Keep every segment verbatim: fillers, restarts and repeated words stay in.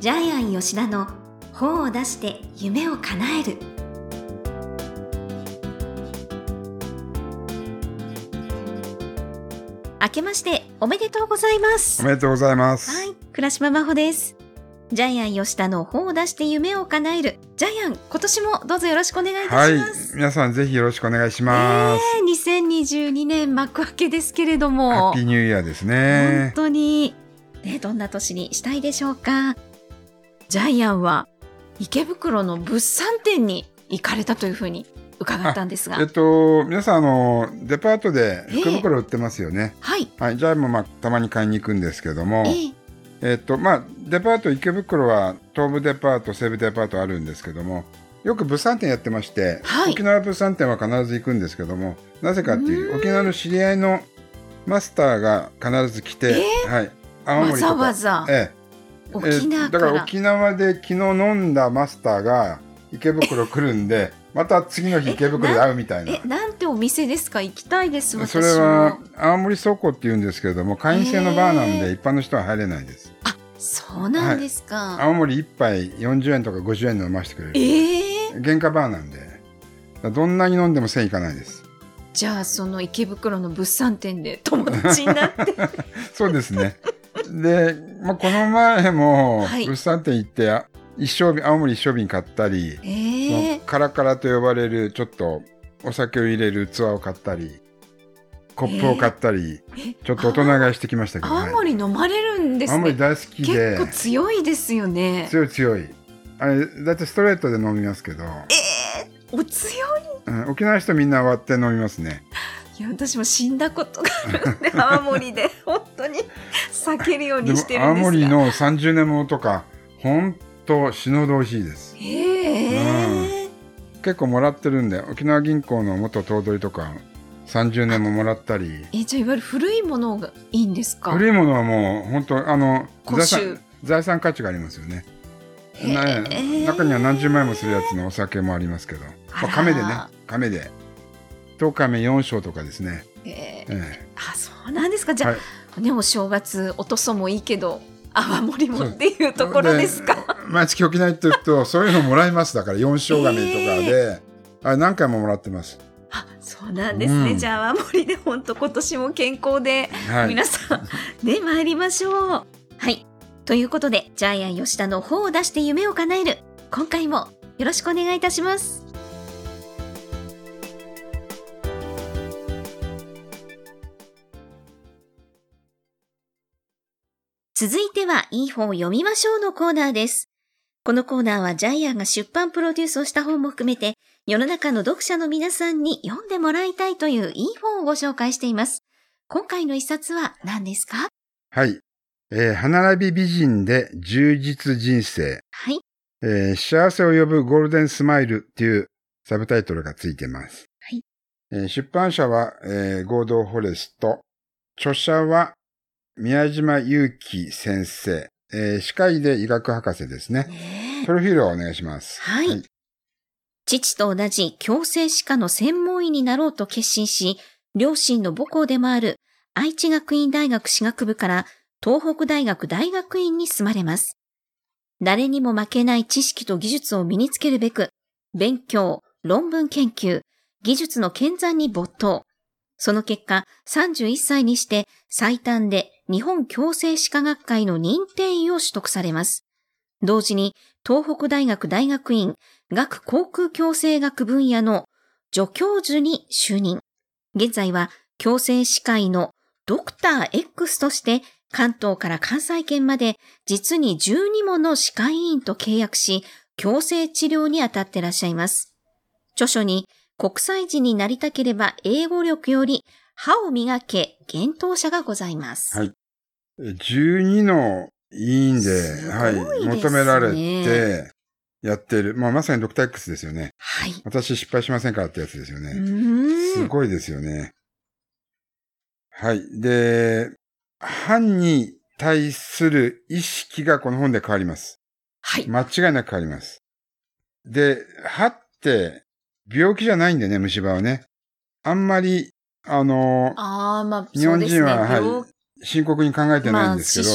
ジャイアン吉田の本を出して夢を叶える。明けましておめでとうございます。 おめでとうございます。 はい、倉島真帆です。ジャイアン吉田の本を出して夢を叶える。ジャイアン、今年もどうぞよろしくお願いいたします。 はい、皆さんぜひよろしくお願いします。 えー、にせんにじゅうにねん幕開けですけれども、 ハッピーニューイヤーですね。 本当に、ね、どんな年にしたいでしょうか。ジャイアンは池袋の物産展に行かれたというふうに伺ったんですが、 えっと皆さんあのデパートで福袋売ってますよね。 えー、はい、 はい、ジャイアンもまあたまに買いに行くんですけども、 えーえっとまあデパート池袋は東武デパート西武デパートあるんですけども、よく物産展やってまして、はい、沖縄物産展は必ず行くんですけども、なぜかっていう沖縄の知り合いのマスターが必ず来て、 えー、 はい、青森とかわざわざ、 ええ沖縄から、 だから沖縄で昨日飲んだマスターが池袋来るんでまた次の日池袋で会うみたいな。 えな、えなんてお店ですか？行きたいです。私も。 それは青森倉庫っていうんですけれども、会員制のバーなんで一般の人は入れないです。 あ、そうなんですか。 はい、青森いっぱいよんじゅうえんとかごじゅうえんで飲ませてくれる。 えー、 原価バーなんでどんなに飲んでもせんいかないです。 じゃあその池袋の物産展で友達になってそうですね。で、まあ、この前も物産展行って、はい、一升瓶、青森一升瓶買ったり、 えー、 そのカラカラと呼ばれるちょっとお酒を入れる器を買ったり、コップを買ったり、えー、ちょっと大人買いしてきましたけど、 青森飲まれるんですね。 青森大好きで。 結構強いですよね。 強い強い。あれだいたいストレートで飲みますけど。 えー、お強い、 うん、沖縄の人みんな割って飲みますね。 いや、私も死んだことがあるんで青森で本当に避けるようにしてるんですが。 青森のさんじゅうねんものとか本当死ぬほど美味しいです。 へー、 うん、結構もらってるんで、沖縄銀行の元頭取とかさんじゅうねんももらったり。 え、じゃあいわゆる古いものがいいんですか？ 古いものはもう本当あの財産、財産価値がありますよね。ね、中には何十万円もするやつのお酒もありますけど、まあ、亀でね、亀で一亀よん升とかですね。 えーええ、 あ、そうなんですか。じゃあ、はい、ね、お正月おとそもいいけど泡盛もっていうところですか？ 毎月沖縄行ってるとそういうのもらいます。だからよん升亀とかで、えー、あ、何回ももらってます。 あ、そうなんですね。うん、じゃあ泡盛で本当今年も健康で、はい、皆さんね、参りましょう。はい、ということでジャイアン吉田の本を出して夢を叶える、今回もよろしくお願いいたします。続いてはいい本を読みましょうのコーナーです。このコーナーはジャイアンが出版プロデュースをした本も含めて、世の中の読者の皆さんに読んでもらいたいといういい本をご紹介しています。今回の一冊は何ですか？ はい、えー、歯並び美人で充実人生、 はい、 えー、幸せを呼ぶゴールデンスマイルっていうサブタイトルがついています。 はい、 えー、出版社は、えー、合同フォレスト、著者は宮島祐希先生、えー、歯科医で医学博士ですね。プロフィールをお願いします。 はい。はい、父と同じ矯正歯科の専門医になろうと決心し、両親の母校でもある愛知学院大学歯学部から東北大学大学院に進まれます。誰にも負けない知識と技術を身につけるべく、勉強、論文研究、技術の研鑽に没頭。その結果、さんじゅういっさいにして最短で日本矯正歯科学会の認定医を取得されます。同時に東北大学大学院顎口腔矯正学分野の助教授に就任。現在は矯正歯科医のドクター X として関東から関西圏まで実にじゅうにもの歯科医院と契約し、矯正治療に当たっていらっしゃいます。著書に国際人になりたければ英語力より歯を磨け幻冬舎がございます。 はい。じゅうにの医院で、はい、求められてやってる。まあまさにドクター X ですよね。 はい。 私失敗しませんからってやつですよね。 うーん、 すごいですよね。はい。で、歯に対する意識がこの本で変わります。 はい。 間違いなく変わります。で、歯って病気じゃないんでね、虫歯はね。あんまり、あの、 あまあ、 日本人は、 そうですね、 はい、深刻に考えてないんですけど。 まあ、歯周病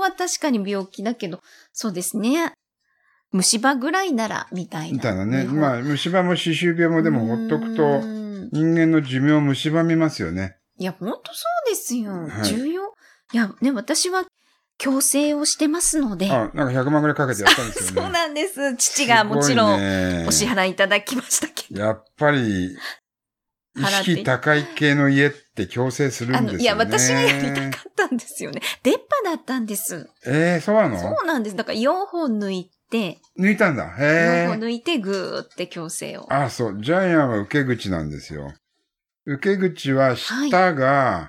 は確かに病気だけど、そうですね。虫歯ぐらいなら、みたいな。 みたいなね。まあ、虫歯も歯周病もでもほっとくと、人間の寿命を蝕みますよね。 いや、ほんとそうですよ。はい、重要。いや、ね、私は、矯正をしてますので。 あ、なんかひゃくまんぐらいかけてやったんですよね。 そうなんです。父がもちろん、お支払いいただきましたけど。 やっぱり、意識高い系の家って矯正するんですよね。 いや、私がやりたかったんですよね。出っ歯だったんです。 ええー、そうなの？ そうなんです。だからよんほん抜いて。 抜いたんだ。へえ。 よんほん抜いてぐーって矯正を。 あ、そう。ジャイアンは受け口なんですよ。受け口は舌が、はい、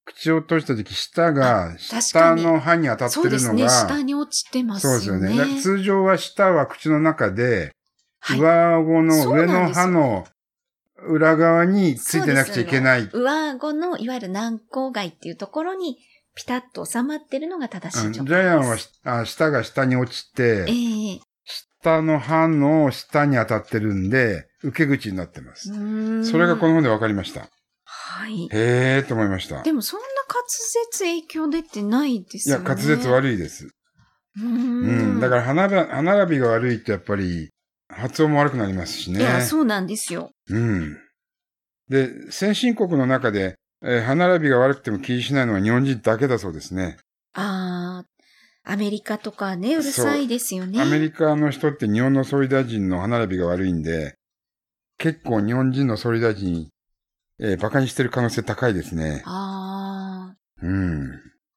口を閉じたとき舌が、下の歯に当たってるのが。そうですね。 下に落ちてますよね。 そうですよね。通常は舌は口の中で、はい、上顎の上の歯の裏側についてなくちゃいけない。 上顎のいわゆる軟口蓋っていうところにピタッと収まってるのが正しい状態です。 うん、ジャイアンはあ舌が下に落ちて、 えー、 下の歯の下に当たってるんで、受け口になってます。それがこの本で分かりました。 はい。 へーと思いました。 でもそんな滑舌影響出てないですよね。 いや、滑舌悪いです。 うーん。 うん。だから歯並び、歯並びが悪いとやっぱり発音も悪くなりますしね。 いや、そうなんですよ。 うん。で、先進国の中で、えー、歯並びが悪くても気にしないのは日本人だけだそうですね。 ああ、アメリカとかね、うるさいですよね。 アメリカの人って日本の総理大臣の歯並びが悪いんで、結構日本人の総理大臣、えー、馬鹿にしてる可能性高いですね。 ああ。 うん。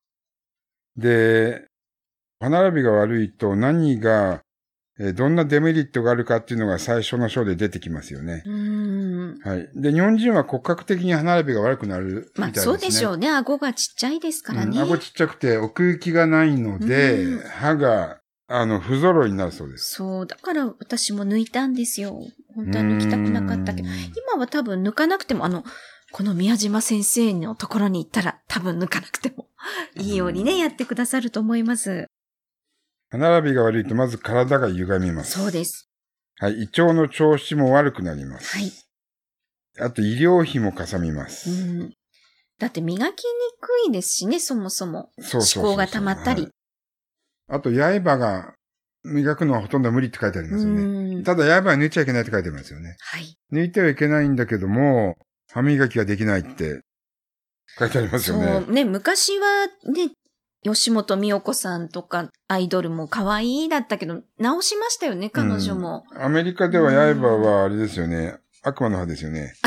で、歯並びが悪いと何が、えー、どんなデメリットがあるかっていうのが最初の章で出てきますよね。 うーん。 はい。で、日本人は骨格的に歯並びが悪くなるみたいですね。 まあそうでしょうね。顎がちっちゃいですからね。 うん、顎ちっちゃくて奥行きがないので、歯が、あの、不揃いになるそうです。 そう。だから私も抜いたんですよ。本当は抜きたくなかったけど。今は多分抜かなくても、あの、この宮島先生のところに行ったら多分抜かなくてもいいようにね、やってくださると思います。 歯並びが悪いとまず体が歪みます。 そうです。 はい。胃腸の調子も悪くなります。 はい。 あと医療費もかさみます。 うん。だって磨きにくいですしね、そもそも。 そうそうそうそう。 歯垢が溜まったり。はい、 あと刃が磨くのはほとんど無理って書いてありますよね。ただ刃は抜いちゃいけないって書いてますよね。 はい。 抜いてはいけないんだけども、歯磨きができないって書いてありますよね。 そうね、昔はね、吉本美代子さんとかアイドルも可愛いだったけど、直しましたよね、彼女も。 うん、アメリカでは刃はあれですよね。悪魔の歯ですよね。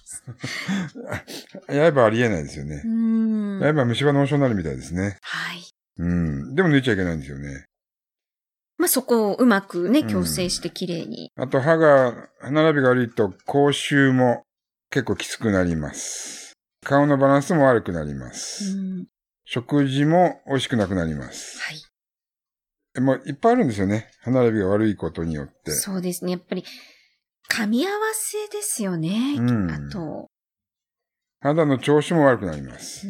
刃はありえないですよね。刃は虫歯の温床になるみたいですね。 はい。 うん。でも抜いちゃいけないんですよね。 まあ、そこをうまくね、矯正してきれいに。 あと歯が、歯並びが悪いと口臭も結構きつくなります。顔のバランスも悪くなります。うん、食事も美味しくなくなります。 はい。 もういっぱいあるんですよね。歯並びが悪いことによって。 そうですね。やっぱり、噛み合わせですよね。うん、あと。 肌の調子も悪くなります。 うん、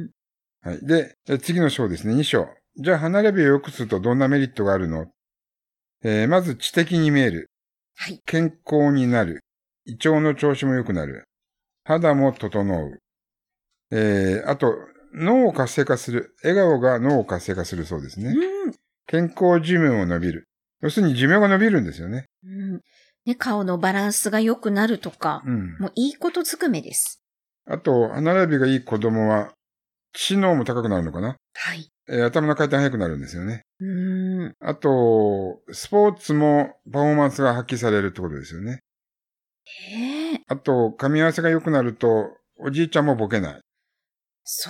はい。で、次の章ですね。に章。じゃあ歯並びを良くするとどんなメリットがあるの？えー、まず知的に見える。 はい。 健康になる。胃腸の調子も良くなる。肌も整う。えー、あと、脳を活性化する。笑顔が脳を活性化するそうですね。うん、健康寿命も伸びる。要するに寿命が伸びるんですよね。 うんね、顔のバランスが良くなるとか、うん、もういいことずくめです。 あと、歯並びがいい子供は、知能も高くなるのかな？ はい。 えー、頭の回転速くなるんですよね。 うーん。 あと、スポーツもパフォーマンスが発揮されるってことですよね。 へえ。 あと、噛み合わせが良くなると、おじいちゃんもボケない。 そう。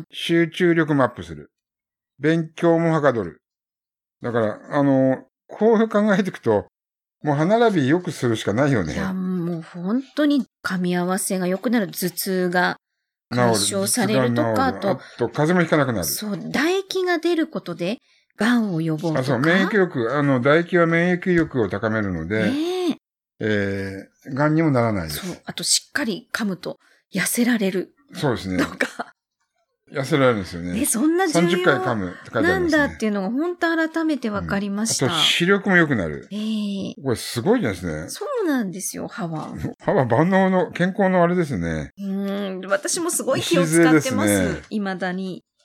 集中力もアップする。勉強もはかどる。だから、あの、こう考えていくと、もう歯並び良くするしかないよね。 いや、もう本当に噛み合わせが良くなる。頭痛が解消されるとか、あと、 あと、風邪もひかなくなる。 そう、唾液が出ることで、癌を予防とか。 あ、そう、免疫力、あの、唾液は免疫力を高めるので、 ねえー、癌にもならないです。 そう、あとしっかり噛むと痩せられる。 そうですね。 とか。 痩せられるんですよね。 え、そんな重要さんじゅっかい噛むって書いてありますね。 なんだっていうのが本当改めて分かりました。うん、 あと視力も良くなる。 ええー、 これすごいですね。 そうなんですよ、歯は。 歯は万能の健康のあれですね。 うん、私もすごい気を使ってます。未だに。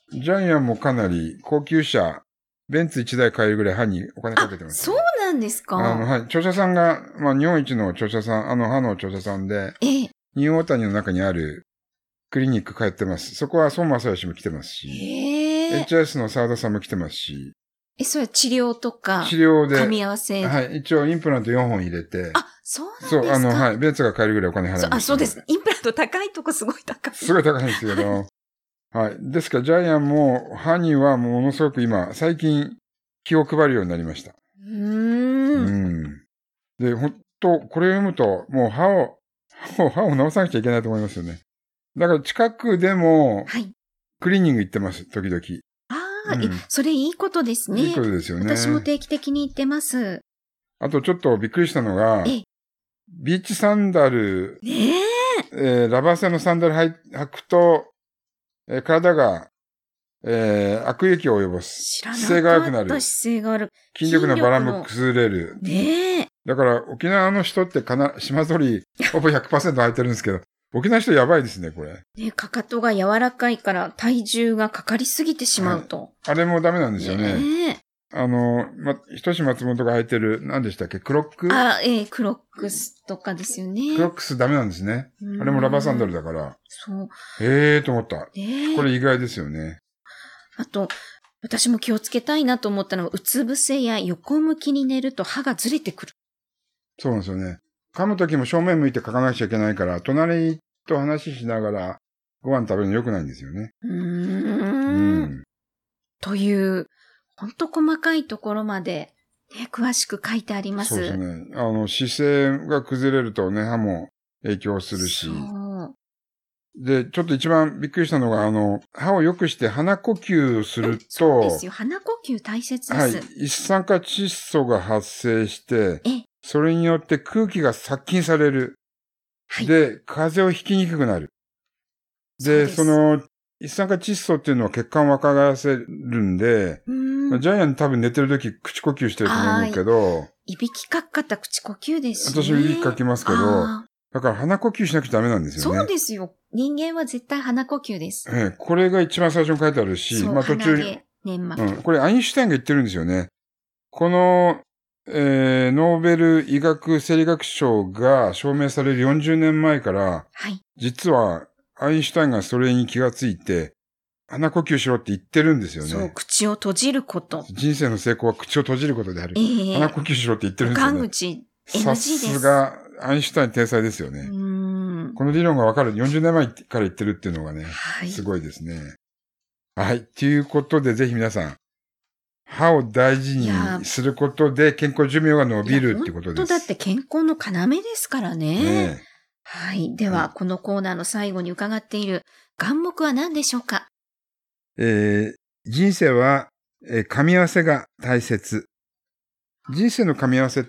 ジャイアンもかなり高級車、ベンツいちだい買えるぐらい歯にお金かけてます、 ね。そうなんですか。 あの、はい。著者さんが、まあ、日本一の著者さん、あの、歯の著者さんで、 ええ、 ニューオータニの中にあるクリニック通ってます。そこは孫正義も来てますし、 ええ、 エイチエス の澤田さんも来てますし、 え、それ治療とか、 治療で、 噛み合わせ。 はい。一応インプラントよんほん入れて、 あ、そうなんですか。 そう、あの、はい。ベンツが買えるぐらいお金払いました、ね。 あ、そうです。インプラント高いとこすごい高い。 すごい高いんですけど、はい。ですから、ジャイアンも歯にはものすごく今、最近気を配るようになりました。 うーん。 うん。で、本当これを読むと、もう歯を、歯を、歯を直さなくちゃいけないと思いますよね。だから近くでも、 はい。 クリーニング行ってます、時々。 ああ、 うん、 それいいことですね。 いいことですよね。 私も定期的に行ってます。 あとちょっとびっくりしたのが、ビーチサンダル、 ねええー、ラバー製のサンダル履くと、えー、体が、えー、悪影響を及ぼす。 知らなかった。 姿勢が良くなる。 姿勢がある。 筋力のバランも崩れる。 ねえ。 だから沖縄の人ってかな、島ぞりほぼ ひゃくパーセント 履いてるんですけど、沖縄の人やばいですね、これ。 ね、かかとが柔らかいから体重がかかりすぎてしまうと。はい、 あれもダメなんですよね。 ねあの、ま、ひとし松本が履いてる、何でしたっけ、クロックあ、ええー、クロックスとかですよね。 クロックスダメなんですね。あれもラバーサンダルだから。 そう。 へえーと思った。 ね、 これ意外ですよね。 あと、私も気をつけたいなと思ったのは、うつ伏せや横向きに寝ると歯がずれてくる。 そうなんですよね。噛むときも正面向いて書かなくちゃいけないから、隣と話しながらご飯食べるの良くないんですよね。 うーん。うん。という、ほんと細かいところまで、ね、詳しく書いてあります。 そうですね。あの、姿勢が崩れるとね、歯も影響するし。 そうで、ちょっと一番びっくりしたのが、あの、歯を良くして鼻呼吸すると、 そうですよ。鼻呼吸大切です。 はい。一酸化窒素が発生して、それによって空気が殺菌される。はい、で、風邪をひきにくくなる。で、そ, その、一酸化窒素っていうのは血管を若返らせるんで、んジャイアン多分寝てるとき口呼吸してると思うけど、 いびきかっかった口呼吸ですね。私もいびきかきますけど、だから鼻呼吸しなくちゃダメなんですよね。 そうですよ。人間は絶対鼻呼吸です。 ええ、これが一番最初に書いてあるし、まあ途中に、 粘膜、 うん、これアインシュタインが言ってるんですよね。この、えー、ノーベル医学生理学賞が証明されるよんじゅうねんまえから、はい、実はアインシュタインがそれに気がついて、鼻呼吸しろって言ってるんですよね。 そう、口を閉じること。 人生の成功は口を閉じることである。えー、鼻呼吸しろって言ってるんですよね。 ガン口 エヌジー です。 さすがアインシュタイン天才ですよね。 うんこの理論がわかるよんじゅうねんまえから言ってるっていうのがね、はい、すごいですね。はい。ということで、ぜひ皆さん、歯を大事にすることで健康寿命が伸びるってことです。 本当だって健康の要ですからね。ねはい。では、はい、このコーナーの最後に伺っている眼目は何でしょうか？ えー、人生は、えー、噛み合わせが大切。人生の噛み合わせって、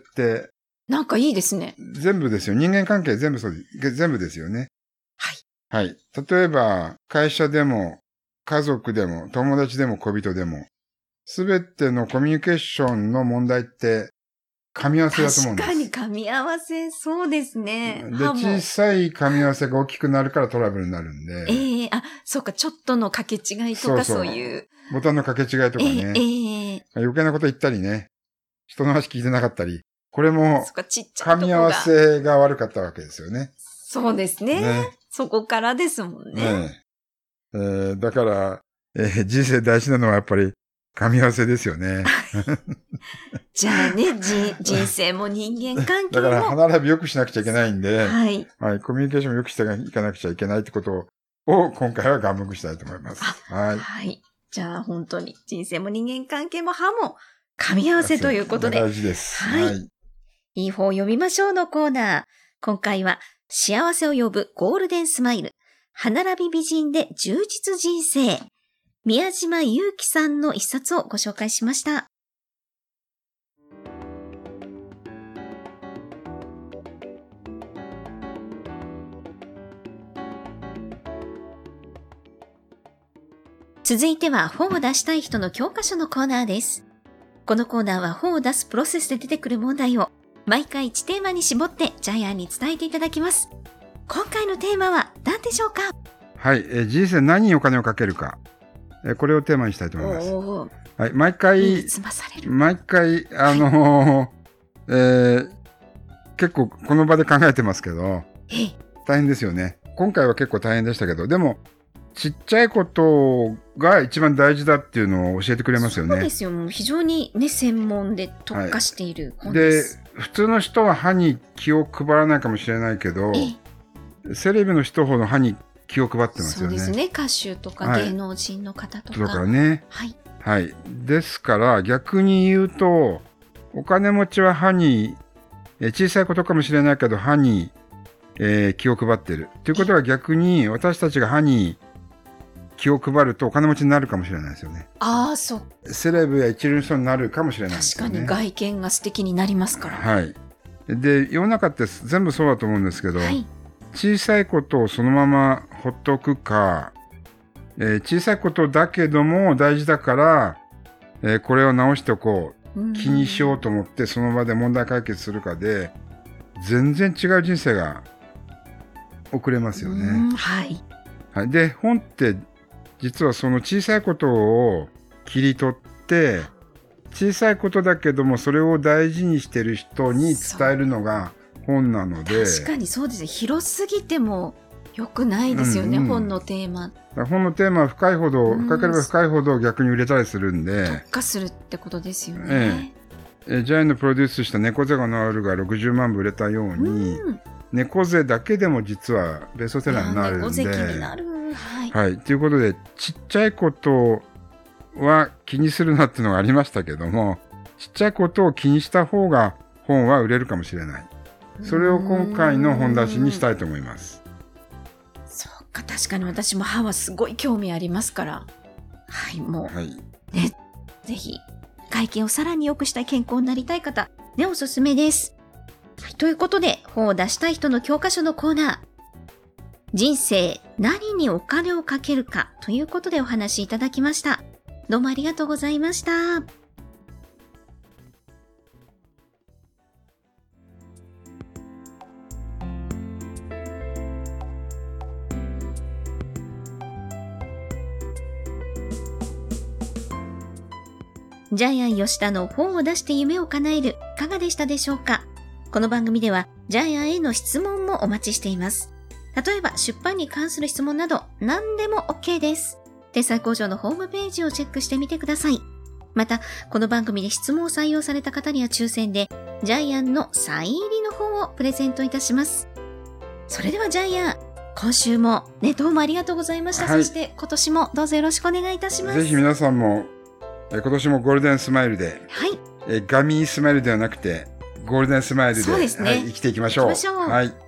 なんかいいですね。 全部ですよ。人間関係全部そうで、全部ですよね。はい。はい。例えば、会社でも、家族でも、友達でも、恋人でも、すべてのコミュニケーションの問題って、噛み合わせだと思うんです。 確かに噛み合わせ、そうですね。 で、小さい噛み合わせが大きくなるからトラブルになるんで。 ええー、あ、そうか、ちょっとの掛け違いとかそういう。 ボタンの掛け違いとかね。えーえー、余計なこと言ったりね。人の話聞いてなかったり。これも、噛み合わせが悪かったわけですよね。 そうですね。ねそこからですもんね。ねえー、だから、えー、人生大事なのはやっぱり噛み合わせですよね。 じゃあね、じ、人生も人間関係も。 だから歯並び良くしなくちゃいけないんで、 はい。 はい。コミュニケーションも良くしていかなくちゃいけないってことを今回は眼目したいと思います。はい。 はい。じゃあ本当に人生も人間関係も歯も噛み合わせということで。 大事です。 はい。はいいい方を読みましょうのコーナー。今回は幸せを呼ぶゴールデンスマイル。歯並び美人で充実人生。宮島祐希さんの一冊をご紹介しました。続いては本を出したい人の教科書のコーナーです。このコーナーは本を出すプロセスで出てくる問題を毎回いちテーマに絞ってジャイアンに伝えていただきます。今回のテーマは何でしょうか？ はい、えー、人生何にお金をかけるか、 えこれをテーマにしたいと思います。 おはい、毎回、毎回、あのーはいえー、結構この場で考えてますけど、大変ですよね。今回は結構大変でしたけど、でも、ちっちゃいことが一番大事だっていうのを教えてくれますよね。 そうですよ。もう非常にね、専門で特化している本です。 はい、で、普通の人は歯に気を配らないかもしれないけど、セレブの人ほど歯に気を配ってますよね。 そうですね。歌手とか芸能人の方とか。 はい、とかね。 はい。 はい。ですから、逆に言うと、お金持ちは歯に、え小さいことかもしれないけど、歯に、えー、気を配ってる。ということは逆に、私たちが歯に気を配るとお金持ちになるかもしれないですよね。 ああ、そう。 セレブや一流の人になるかもしれないですよね。 確かに外見が素敵になりますから。 はい。で、世の中って全部そうだと思うんですけど、はい、小さいことをそのままほっとくか、えー、小さいことだけども大事だから、えー、これを直しておこう、気にしようと思ってその場で問題解決するかで、全然違う人生が送れますよね。 はい。 はい。で、本って実はその小さいことを切り取って、小さいことだけどもそれを大事にしてる人に伝えるのが本なので。 確かにそうですね。広すぎても良くないですよね、うんうん、本のテーマ。 本のテーマは深いほど、深ければ深いほど逆に売れたりするんで。 特化するってことですよね。 ええ、ジャイアンのプロデュースした猫背が治るがろくじゅうまん部売れたように、うん、猫背だけでも実はベストセラーになるんで。猫背気になる。はい。はい。ということで、ちっちゃいことは気にするなっていうのがありましたけども、ちっちゃいことを気にした方が本は売れるかもしれない。それを今回の本出しにしたいと思います。 そうか、確かに私も歯はすごい興味ありますから。はい、もう。はい。ね、ぜひ。外見をさらに良くしたい健康になりたい方、ね、おすすめです。はい、ということで、本を出したい人の教科書のコーナー。人生、何にお金をかけるかということでお話しいただきました。どうもありがとうございました。ジャイアン吉田の本を出して夢を叶える、いかがでしたでしょうか？この番組ではジャイアンへの質問もお待ちしています。例えば出版に関する質問など何でも OK です。天才工場のホームページをチェックしてみてください。また、この番組で質問を採用された方には抽選でジャイアンのサイン入りの本をプレゼントいたします。それではジャイアン、今週もね、どうもありがとうございました。はい、そして今年もどうぞよろしくお願いいたします。 ぜひ皆さんもえ今年もゴールデンスマイルで、 はい、 えガミースマイルではなくてゴールデンスマイルで、 そうですね、 はい、生きていきましょう。 行きましょう。 はい。